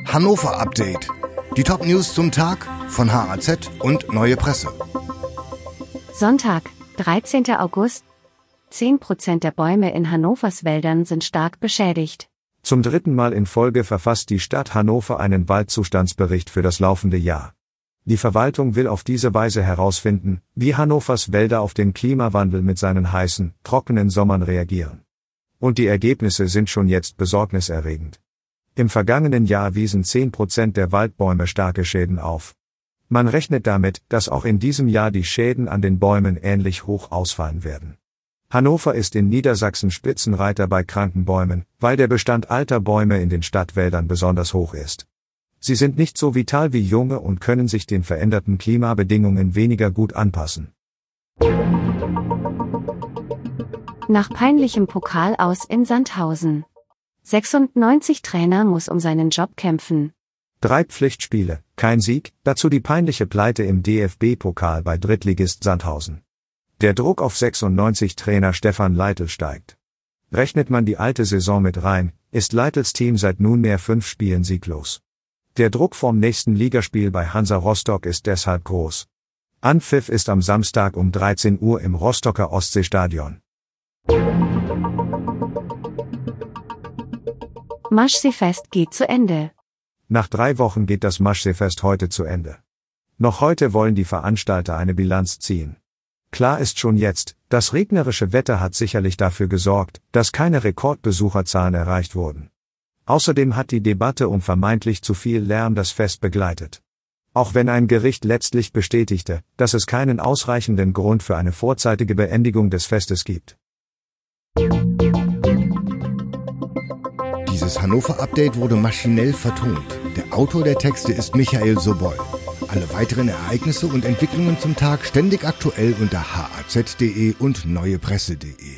Hannover Update. Die Top-News zum Tag von HAZ und Neue Presse. Sonntag, 13. August. 10% der Bäume in Hannovers Wäldern sind stark beschädigt. Zum dritten Mal in Folge verfasst die Stadt Hannover einen Waldzustandsbericht für das laufende Jahr. Die Verwaltung will auf diese Weise herausfinden, wie Hannovers Wälder auf den Klimawandel mit seinen heißen, trockenen Sommern reagieren. Und die Ergebnisse sind schon jetzt besorgniserregend. Im vergangenen Jahr wiesen 10% der Waldbäume starke Schäden auf. Man rechnet damit, dass auch in diesem Jahr die Schäden an den Bäumen ähnlich hoch ausfallen werden. Hannover ist in Niedersachsen Spitzenreiter bei kranken Bäumen, weil der Bestand alter Bäume in den Stadtwäldern besonders hoch ist. Sie sind nicht so vital wie junge und können sich den veränderten Klimabedingungen weniger gut anpassen. Nach peinlichem Pokal aus in Sandhausen. 96 Trainer muss um seinen Job kämpfen. 3 Pflichtspiele, kein Sieg, dazu die peinliche Pleite im DFB-Pokal bei Drittligist Sandhausen. Der Druck auf 96 Trainer Stefan Leitl steigt. Rechnet man die alte Saison mit rein, ist Leitls Team seit nunmehr 5 Spielen sieglos. Der Druck vorm nächsten Ligaspiel bei Hansa Rostock ist deshalb groß. Anpfiff ist am Samstag um 13 Uhr im Rostocker Ostseestadion. Maschseefest geht zu Ende. Nach 3 Wochen geht das Maschseefest heute zu Ende. Noch heute wollen die Veranstalter eine Bilanz ziehen. Klar ist schon jetzt, das regnerische Wetter hat sicherlich dafür gesorgt, dass keine Rekordbesucherzahlen erreicht wurden. Außerdem hat die Debatte um vermeintlich zu viel Lärm das Fest begleitet. Auch wenn ein Gericht letztlich bestätigte, dass es keinen ausreichenden Grund für eine vorzeitige Beendigung des Festes gibt. Dieses Hannover-Update wurde maschinell vertont. Der Autor der Texte ist Michael Sobol. Alle weiteren Ereignisse und Entwicklungen zum Tag ständig aktuell unter haz.de und neuepresse.de.